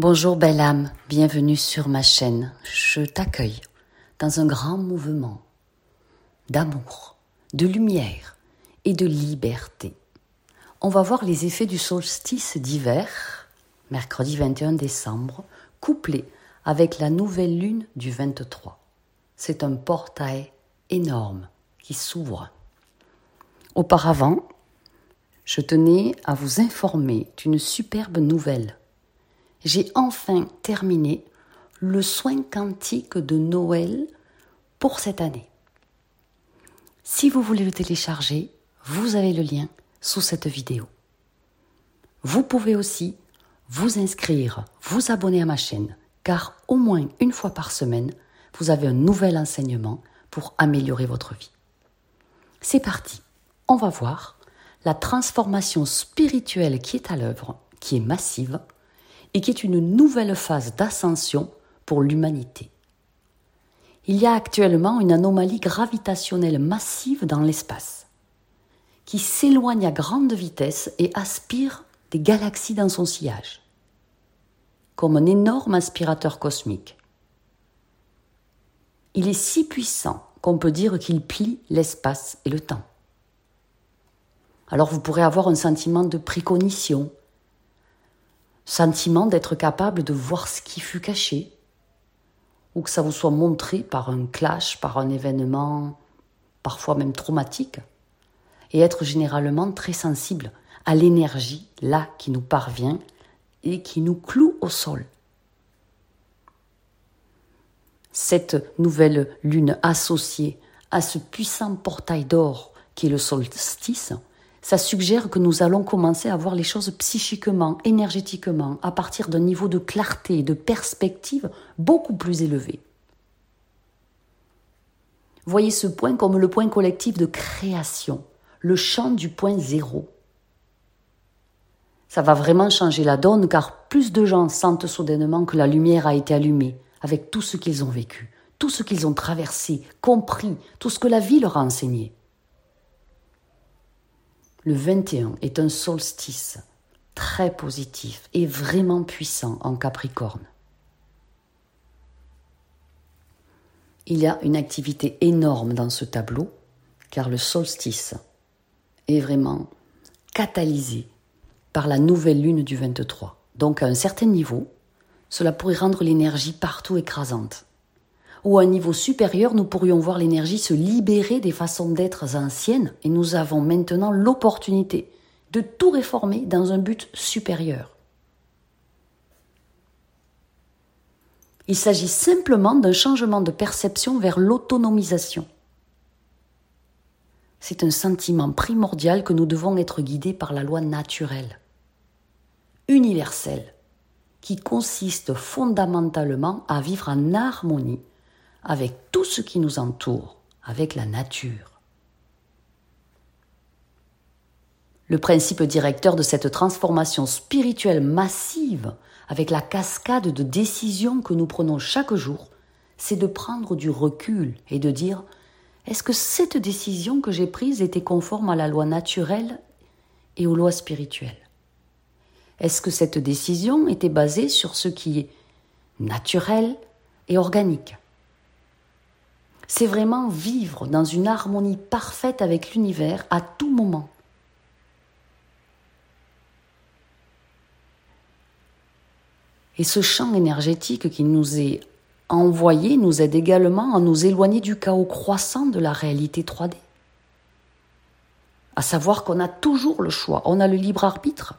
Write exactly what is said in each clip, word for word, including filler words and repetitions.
Bonjour belle âme, bienvenue sur ma chaîne. Je t'accueille dans un grand mouvement d'amour, de lumière et de liberté. On va voir les effets du solstice d'hiver, mercredi vingt et un décembre, couplé avec la nouvelle lune du vingt-trois. C'est un portail énorme qui s'ouvre. Auparavant, je tenais à vous informer d'une superbe nouvelle. J'ai enfin terminé le soin quantique de Noël pour cette année. Si vous voulez le télécharger, vous avez le lien sous cette vidéo. Vous pouvez aussi vous inscrire, vous abonner à ma chaîne, car au moins une fois par semaine, vous avez un nouvel enseignement pour améliorer votre vie. C'est parti, on va voir la transformation spirituelle qui est à l'œuvre, qui est massive, et qui est une nouvelle phase d'ascension pour l'humanité. Il y a actuellement une anomalie gravitationnelle massive dans l'espace, qui s'éloigne à grande vitesse et aspire des galaxies dans son sillage, comme un énorme aspirateur cosmique. Il est si puissant qu'on peut dire qu'il plie l'espace et le temps. Alors vous pourrez avoir un sentiment de précognition, sentiment d'être capable de voir ce qui fut caché, ou que ça vous soit montré par un clash, par un événement parfois même traumatique, et être généralement très sensible à l'énergie là qui nous parvient et qui nous cloue au sol. Cette nouvelle lune associée à ce puissant portail d'or qui est le solstice, ça suggère que nous allons commencer à voir les choses psychiquement, énergétiquement, à partir d'un niveau de clarté et de perspective beaucoup plus élevé. Voyez ce point comme le point collectif de création, le champ du point zéro. Ça va vraiment changer la donne car plus de gens sentent soudainement que la lumière a été allumée avec tout ce qu'ils ont vécu, tout ce qu'ils ont traversé, compris, tout ce que la vie leur a enseigné. Le vingt et un est un solstice très positif et vraiment puissant en Capricorne. Il y a une activité énorme dans ce tableau, car le solstice est vraiment catalysé par la nouvelle lune du vingt-trois. Donc à un certain niveau, cela pourrait rendre l'énergie partout écrasante. Ou à un niveau supérieur, nous pourrions voir l'énergie se libérer des façons d'être anciennes et nous avons maintenant l'opportunité de tout réformer dans un but supérieur. Il s'agit simplement d'un changement de perception vers l'autonomisation. C'est un sentiment primordial que nous devons être guidés par la loi naturelle, universelle, qui consiste fondamentalement à vivre en harmonie avec tout ce qui nous entoure, avec la nature. Le principe directeur de cette transformation spirituelle massive, avec la cascade de décisions que nous prenons chaque jour, c'est de prendre du recul et de dire « Est-ce que cette décision que j'ai prise était conforme à la loi naturelle et aux lois spirituelles ? Est-ce que cette décision était basée sur ce qui est naturel et organique ? » C'est vraiment vivre dans une harmonie parfaite avec l'univers à tout moment. Et ce champ énergétique qui nous est envoyé nous aide également à nous éloigner du chaos croissant de la réalité trois D. À savoir qu'on a toujours le choix, on a le libre arbitre.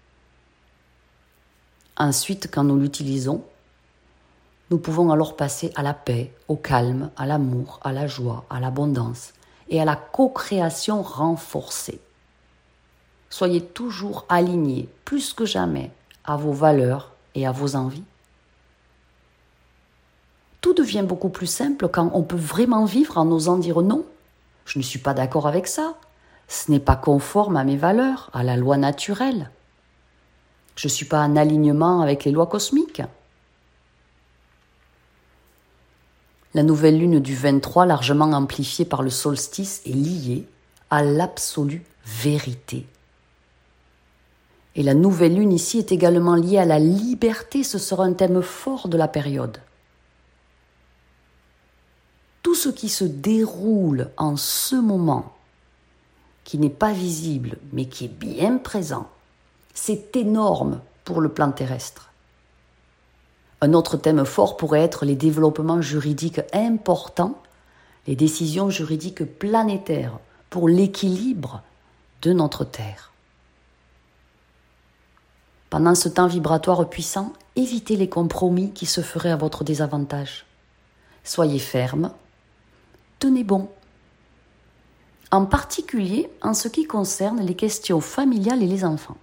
Ensuite, quand nous l'utilisons, nous pouvons alors passer à la paix, au calme, à l'amour, à la joie, à l'abondance et à la co-création renforcée. Soyez toujours alignés, plus que jamais, à vos valeurs et à vos envies. Tout devient beaucoup plus simple quand on peut vraiment vivre en osant dire non. Je ne suis pas d'accord avec ça. Ce n'est pas conforme à mes valeurs, à la loi naturelle. Je ne suis pas en alignement avec les lois cosmiques. La nouvelle lune du vingt-trois, largement amplifiée par le solstice, est liée à l'absolue vérité. Et la nouvelle lune ici est également liée à la liberté, ce sera un thème fort de la période. Tout ce qui se déroule en ce moment, qui n'est pas visible, mais qui est bien présent, c'est énorme pour le plan terrestre. Un autre thème fort pourrait être les développements juridiques importants, les décisions juridiques planétaires pour l'équilibre de notre Terre. Pendant ce temps vibratoire puissant, évitez les compromis qui se feraient à votre désavantage. Soyez ferme, tenez bon. En particulier en ce qui concerne les questions familiales et les enfants.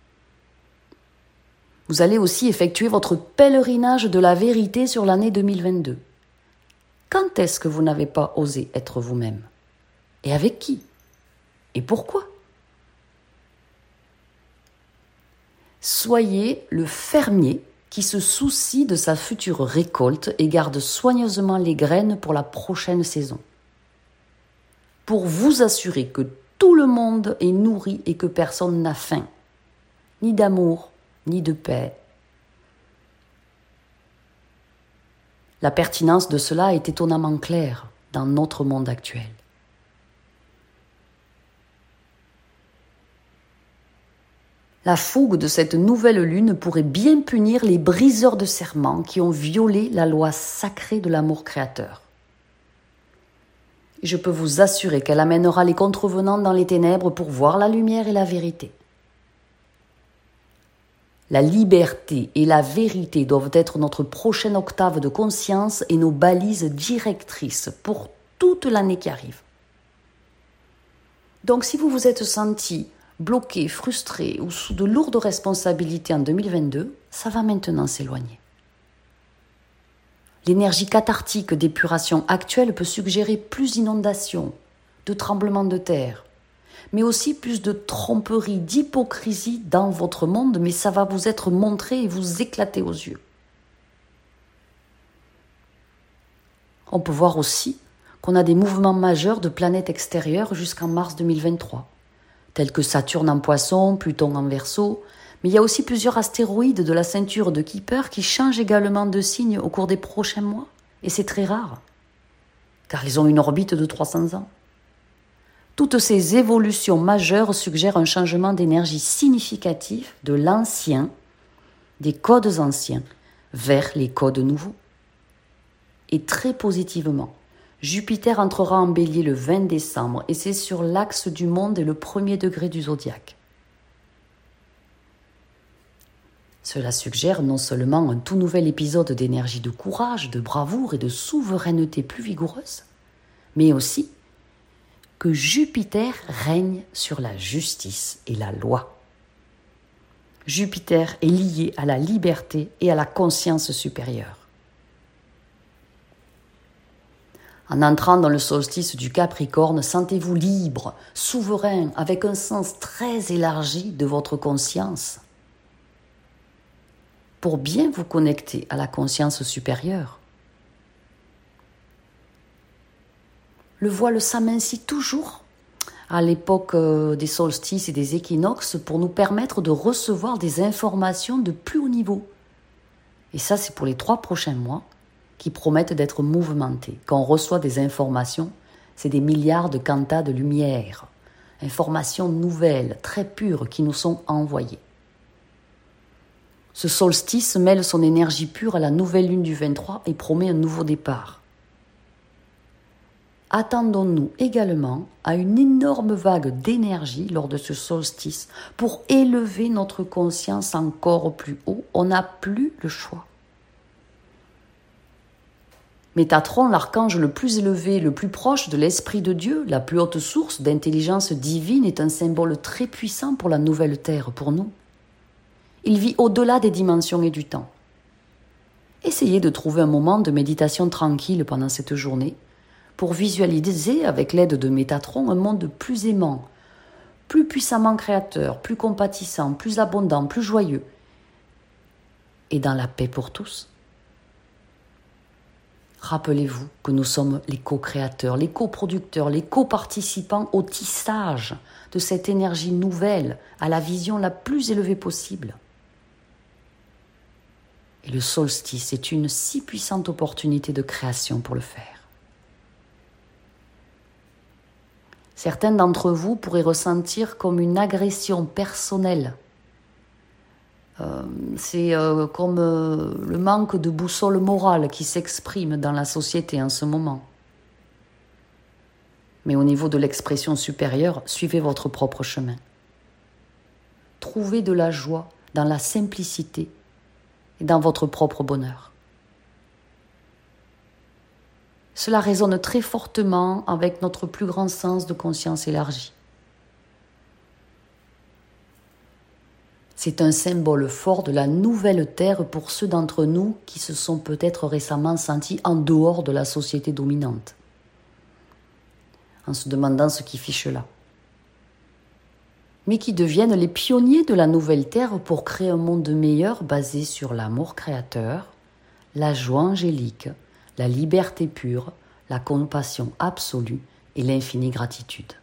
Vous allez aussi effectuer votre pèlerinage de la vérité sur l'année deux mille vingt-deux. Quand est-ce que vous n'avez pas osé être vous-même? Et avec qui? Et pourquoi? Soyez le fermier qui se soucie de sa future récolte et garde soigneusement les graines pour la prochaine saison. Pour vous assurer que tout le monde est nourri et que personne n'a faim, ni d'amour, ni de paix. La pertinence de cela est étonnamment claire dans notre monde actuel. La fougue de cette nouvelle lune pourrait bien punir les briseurs de serments qui ont violé la loi sacrée de l'amour créateur. Je peux vous assurer qu'elle amènera les contrevenants dans les ténèbres pour voir la lumière et la vérité. La liberté et la vérité doivent être notre prochaine octave de conscience et nos balises directrices pour toute l'année qui arrive. Donc si vous vous êtes senti bloqué, frustré ou sous de lourdes responsabilités en deux mille vingt-deux, ça va maintenant s'éloigner. L'énergie cathartique d'épuration actuelle peut suggérer plus d'inondations, de tremblements de terre, mais aussi plus de tromperie, d'hypocrisie dans votre monde, mais ça va vous être montré et vous éclater aux yeux. On peut voir aussi qu'on a des mouvements majeurs de planètes extérieures jusqu'en mars deux mille vingt-trois, tels que Saturne en Poisson, Pluton en Verseau, mais il y a aussi plusieurs astéroïdes de la ceinture de Kuiper qui changent également de signe au cours des prochains mois, et c'est très rare, car ils ont une orbite de trois cents ans. Toutes ces évolutions majeures suggèrent un changement d'énergie significatif de l'ancien, des codes anciens, vers les codes nouveaux. Et très positivement, Jupiter entrera en Bélier le vingt décembre et c'est sur l'axe du monde et le premier degré du zodiaque. Cela suggère non seulement un tout nouvel épisode d'énergie de courage, de bravoure et de souveraineté plus vigoureuse, mais aussi que Jupiter règne sur la justice et la loi. Jupiter est lié à la liberté et à la conscience supérieure. En entrant dans le solstice du Capricorne, sentez-vous libre, souverain, avec un sens très élargi de votre conscience. Pour bien vous connecter à la conscience supérieure, le voile s'amincit toujours à l'époque des solstices et des équinoxes pour nous permettre de recevoir des informations de plus haut niveau. Et ça, c'est pour les trois prochains mois qui promettent d'être mouvementés. Quand on reçoit des informations, c'est des milliards de quantas de lumière, informations nouvelles, très pures, qui nous sont envoyées. Ce solstice mêle son énergie pure à la nouvelle lune du vingt-trois et promet un nouveau départ. Attendons-nous également à une énorme vague d'énergie lors de ce solstice pour élever notre conscience encore plus haut. On n'a plus le choix. Métatron, l'archange le plus élevé, le plus proche de l'Esprit de Dieu, la plus haute source d'intelligence divine, est un symbole très puissant pour la nouvelle Terre, pour nous. Il vit au-delà des dimensions et du temps. Essayez de trouver un moment de méditation tranquille pendant cette journée pour visualiser, avec l'aide de Métatron, un monde plus aimant, plus puissamment créateur, plus compatissant, plus abondant, plus joyeux, et dans la paix pour tous. Rappelez-vous que nous sommes les co-créateurs, les coproducteurs, les coparticipants au tissage de cette énergie nouvelle à la vision la plus élevée possible. Et le solstice est une si puissante opportunité de création pour le faire. Certains d'entre vous pourraient ressentir comme une agression personnelle. Euh, c'est euh, comme euh, le manque de boussole morale qui s'exprime dans la société en ce moment. Mais au niveau de l'expression supérieure, suivez votre propre chemin. Trouvez de la joie dans la simplicité et dans votre propre bonheur. Cela résonne très fortement avec notre plus grand sens de conscience élargie. C'est un symbole fort de la nouvelle Terre pour ceux d'entre nous qui se sont peut-être récemment sentis en dehors de la société dominante, en se demandant ce qui fiche là. Mais qui deviennent les pionniers de la nouvelle Terre pour créer un monde meilleur basé sur l'amour créateur, la joie angélique, la liberté pure, la compassion absolue et l'infinie gratitude.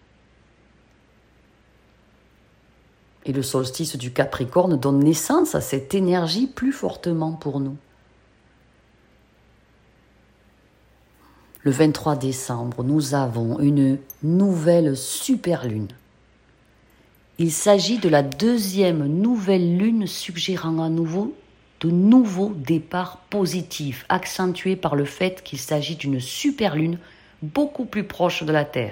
Et le solstice du Capricorne donne naissance à cette énergie plus fortement pour nous. Le vingt-trois décembre, nous avons une nouvelle superlune. Il s'agit de la deuxième nouvelle lune suggérant à nouveau de nouveaux départs positifs, accentués par le fait qu'il s'agit d'une superlune beaucoup plus proche de la Terre.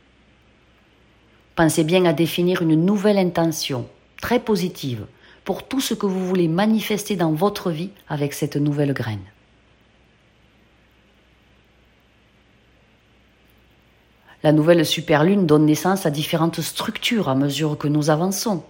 Pensez bien à définir une nouvelle intention, très positive, pour tout ce que vous voulez manifester dans votre vie avec cette nouvelle graine. La nouvelle superlune donne naissance à différentes structures à mesure que nous avançons.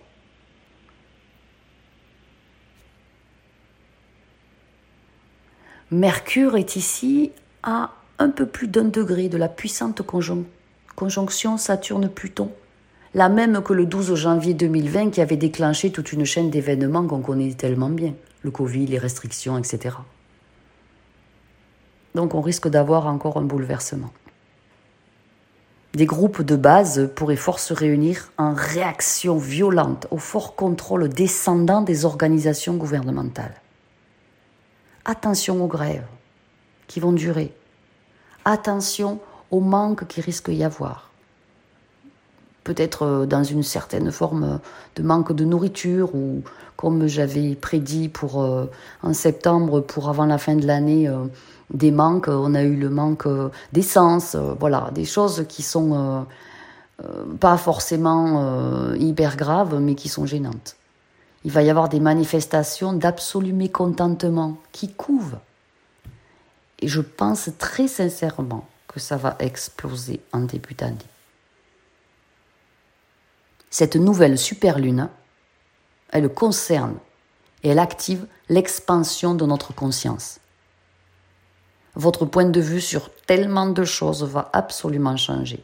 Mercure est ici à un peu plus d'un degré de la puissante conjon- conjonction Saturne-Pluton, la même que le douze janvier deux mille vingt qui avait déclenché toute une chaîne d'événements qu'on connaît tellement bien, le Covid, les restrictions, et cetera. Donc on risque d'avoir encore un bouleversement. Des groupes de base pourraient fort se réunir en réaction violente au fort contrôle descendant des organisations gouvernementales. Attention aux grèves qui vont durer. Attention au manque qui risque d'y avoir. Peut-être dans une certaine forme de manque de nourriture ou, comme j'avais prédit pour, euh, en septembre, pour avant la fin de l'année, euh, des manques. On a eu le manque euh, d'essence. Euh, voilà, des choses qui sont euh, euh, pas forcément euh, hyper graves, mais qui sont gênantes. Il va y avoir des manifestations d'absolu mécontentement qui couvent. Et je pense très sincèrement que ça va exploser en début d'année. Cette nouvelle superlune, elle concerne et elle active l'expansion de notre conscience. Votre point de vue sur tellement de choses va absolument changer.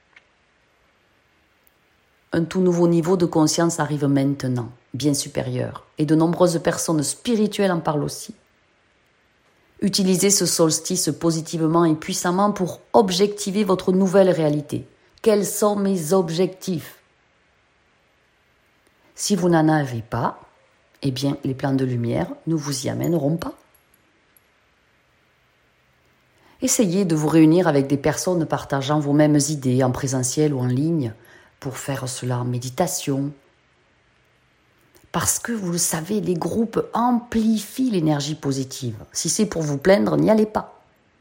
Un tout nouveau niveau de conscience arrive maintenant, bien supérieur, et de nombreuses personnes spirituelles en parlent aussi. Utilisez ce solstice positivement et puissamment pour objectiver votre nouvelle réalité. Quels sont mes objectifs ? Si vous n'en avez pas, eh bien, les plans de lumière ne vous y amèneront pas. Essayez de vous réunir avec des personnes partageant vos mêmes idées en présentiel ou en ligne pour faire cela en méditation. Parce que, vous le savez, les groupes amplifient l'énergie positive. Si c'est pour vous plaindre, n'y allez pas.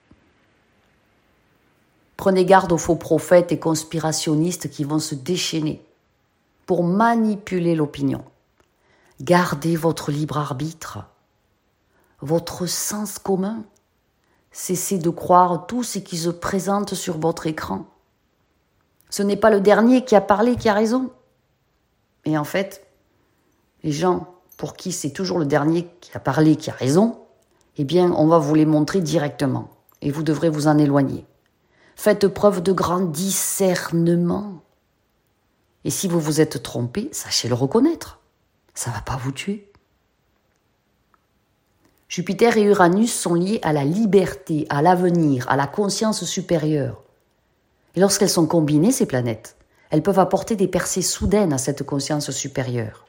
Prenez garde aux faux prophètes et conspirationnistes qui vont se déchaîner pour manipuler l'opinion. Gardez votre libre arbitre, votre sens commun. Cessez de croire tout ce qui se présente sur votre écran. Ce n'est pas le dernier qui a parlé qui a raison. Et en fait, les gens pour qui c'est toujours le dernier qui a parlé qui a raison, eh bien, on va vous les montrer directement. Et vous devrez vous en éloigner. Faites preuve de grand discernement. Et si vous vous êtes trompé, sachez le reconnaître. Ça ne va pas vous tuer. Jupiter et Uranus sont liés à la liberté, à l'avenir, à la conscience supérieure. Et lorsqu'elles sont combinées, ces planètes, elles peuvent apporter des percées soudaines à cette conscience supérieure.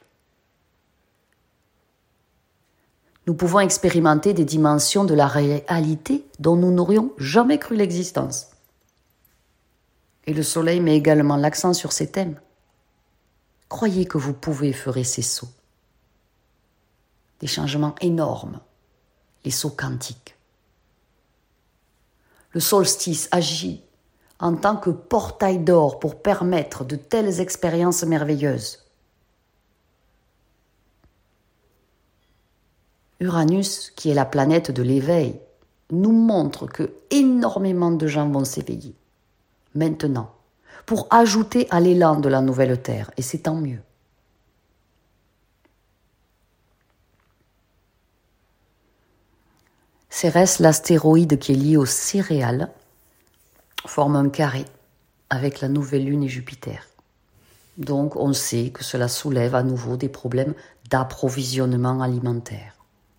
Nous pouvons expérimenter des dimensions de la réalité dont nous n'aurions jamais cru l'existence. Et le Soleil met également l'accent sur ces thèmes. Croyez que vous pouvez faire ces sauts. Des changements énormes, les sauts quantiques. Le solstice agit en tant que portail d'or pour permettre de telles expériences merveilleuses. Uranus, qui est la planète de l'éveil, nous montre que énormément de gens vont s'éveiller, maintenant, pour ajouter à l'élan de la nouvelle Terre, et c'est tant mieux. Cérès, l'astéroïde qui est lié aux céréales, forme un carré avec la nouvelle Lune et Jupiter. Donc on sait que cela soulève à nouveau des problèmes d'approvisionnement alimentaire.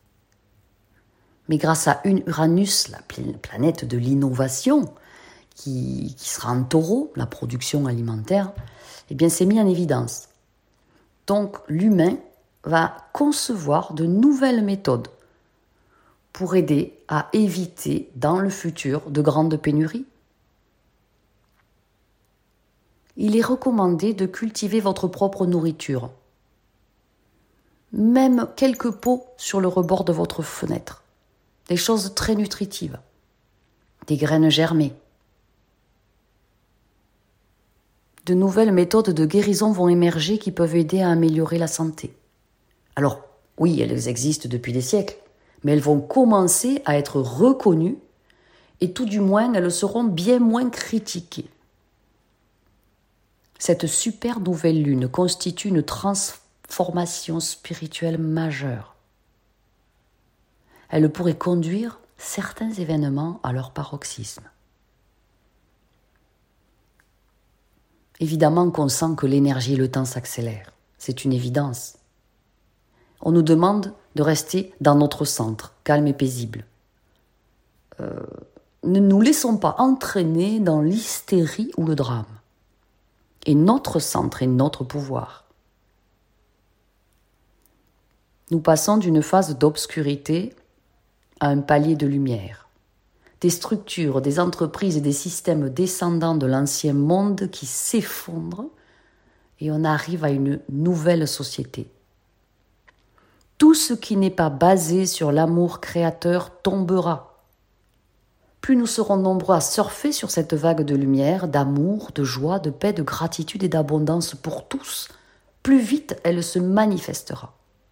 Mais grâce à une Uranus, la planète de l'innovation, qui, qui sera en taureau, la production alimentaire, eh bien c'est mis en évidence. Donc l'humain va concevoir de nouvelles méthodes pour aider à éviter dans le futur de grandes pénuries. Il est recommandé de cultiver votre propre nourriture, même quelques pots sur le rebord de votre fenêtre. Des choses très nutritives, des graines germées. De nouvelles méthodes de guérison vont émerger qui peuvent aider à améliorer la santé. Alors, oui, elles existent depuis des siècles, mais elles vont commencer à être reconnues et tout du moins, elles seront bien moins critiquées. Cette super nouvelle lune constitue une transformation spirituelle majeure. Elle pourrait conduire certains événements à leur paroxysme. Évidemment qu'on sent que l'énergie et le temps s'accélèrent. C'est une évidence. On nous demande de rester dans notre centre, calme et paisible. Euh, ne nous laissons pas entraîner dans l'hystérie ou le drame. Et notre centre est notre pouvoir. Nous passons d'une phase d'obscurité à un palier de lumière. Des structures, des entreprises et des systèmes descendants de l'ancien monde qui s'effondrent et on arrive à une nouvelle société. Tout ce qui n'est pas basé sur l'amour créateur tombera. Plus nous serons nombreux à surfer sur cette vague de lumière, d'amour, de joie, de paix, de gratitude et d'abondance pour tous, plus vite elle se manifestera.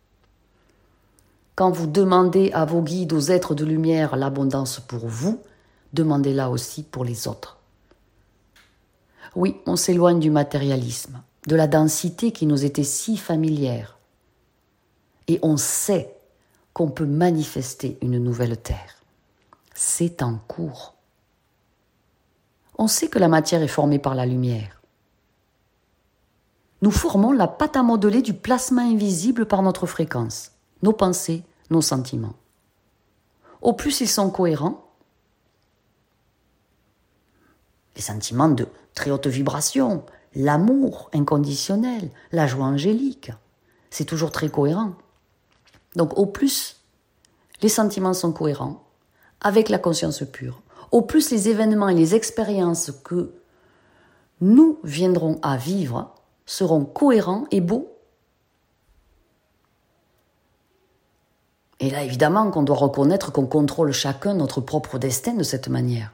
Quand vous demandez à vos guides, aux êtres de lumière, l'abondance pour vous, demandez-la aussi pour les autres. Oui, on s'éloigne du matérialisme, de la densité qui nous était si familière. Et on sait qu'on peut manifester une nouvelle terre. C'est en cours. On sait que la matière est formée par la lumière. Nous formons la pâte à modeler du plasma invisible par notre fréquence. Nos pensées, nos sentiments. Au plus ils sont cohérents, les sentiments de très haute vibration, l'amour inconditionnel, la joie angélique, c'est toujours très cohérent. Donc au plus les sentiments sont cohérents, avec la conscience pure, au plus les événements et les expériences que nous viendrons à vivre seront cohérents et beaux. Et là, évidemment, qu'on doit reconnaître qu'on contrôle chacun notre propre destin de cette manière.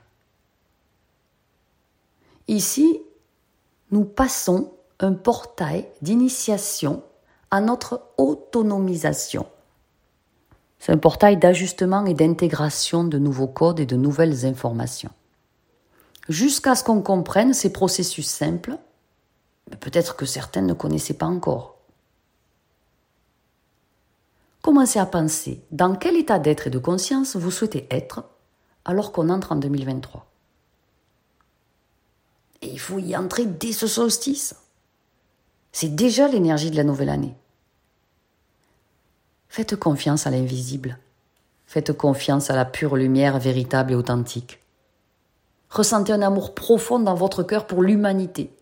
Ici, nous passons un portail d'initiation à notre autonomisation. C'est un portail d'ajustement et d'intégration de nouveaux codes et de nouvelles informations. Jusqu'à ce qu'on comprenne ces processus simples, mais peut-être que certains ne connaissaient pas encore. Commencez à penser dans quel état d'être et de conscience vous souhaitez être alors qu'on entre en deux mille vingt-trois. Et il faut y entrer dès ce solstice. C'est déjà l'énergie de la nouvelle année. Faites confiance à l'invisible. Faites confiance à la pure lumière véritable et authentique. Ressentez un amour profond dans votre cœur pour l'humanité.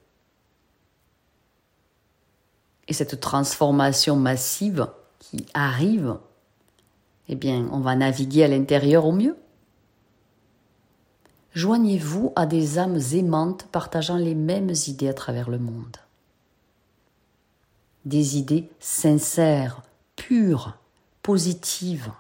Et cette transformation massive qui arrive, eh bien, on va naviguer à l'intérieur au mieux. Joignez-vous à des âmes aimantes partageant les mêmes idées à travers le monde. Des idées sincères, pures, positives.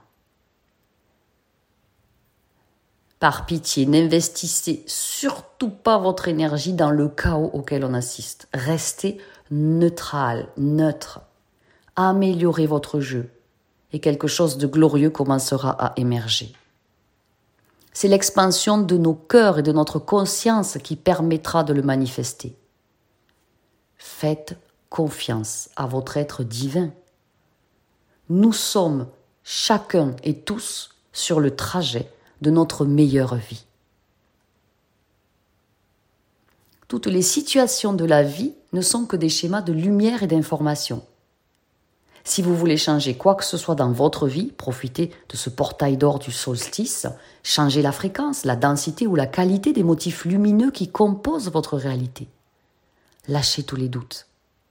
Par pitié, n'investissez surtout pas votre énergie dans le chaos auquel on assiste. Restez neutral, neutre. Améliorez votre jeu et quelque chose de glorieux commencera à émerger. C'est l'expansion de nos cœurs et de notre conscience qui permettra de le manifester. Faites confiance à votre être divin. Nous sommes chacun et tous sur le trajet de notre meilleure vie. Toutes les situations de la vie ne sont que des schémas de lumière et d'information. Si vous voulez changer quoi que ce soit dans votre vie, profitez de ce portail d'or du solstice, changez la fréquence, la densité ou la qualité des motifs lumineux qui composent votre réalité. Lâchez tous les doutes.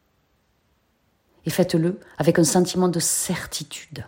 Et faites-le avec un sentiment de certitude.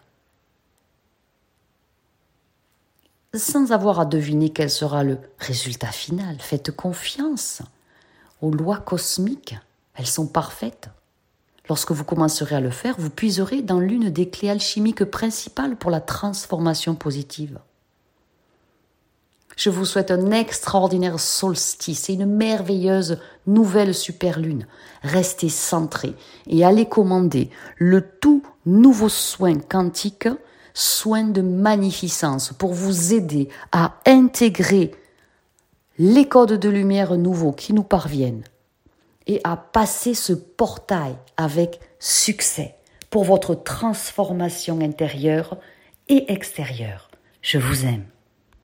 Sans avoir à deviner quel sera le résultat final, faites confiance aux lois cosmiques. Elles sont parfaites. Lorsque vous commencerez à le faire, vous puiserez dans l'une des clés alchimiques principales pour la transformation positive. Je vous souhaite un extraordinaire solstice et une merveilleuse nouvelle superlune. Restez centrés et allez commander le tout nouveau soin quantique, soin de magnificence, pour vous aider à intégrer les codes de lumière nouveaux qui nous parviennent et à passer ce portail avec succès pour votre transformation intérieure et extérieure. Je vous aime.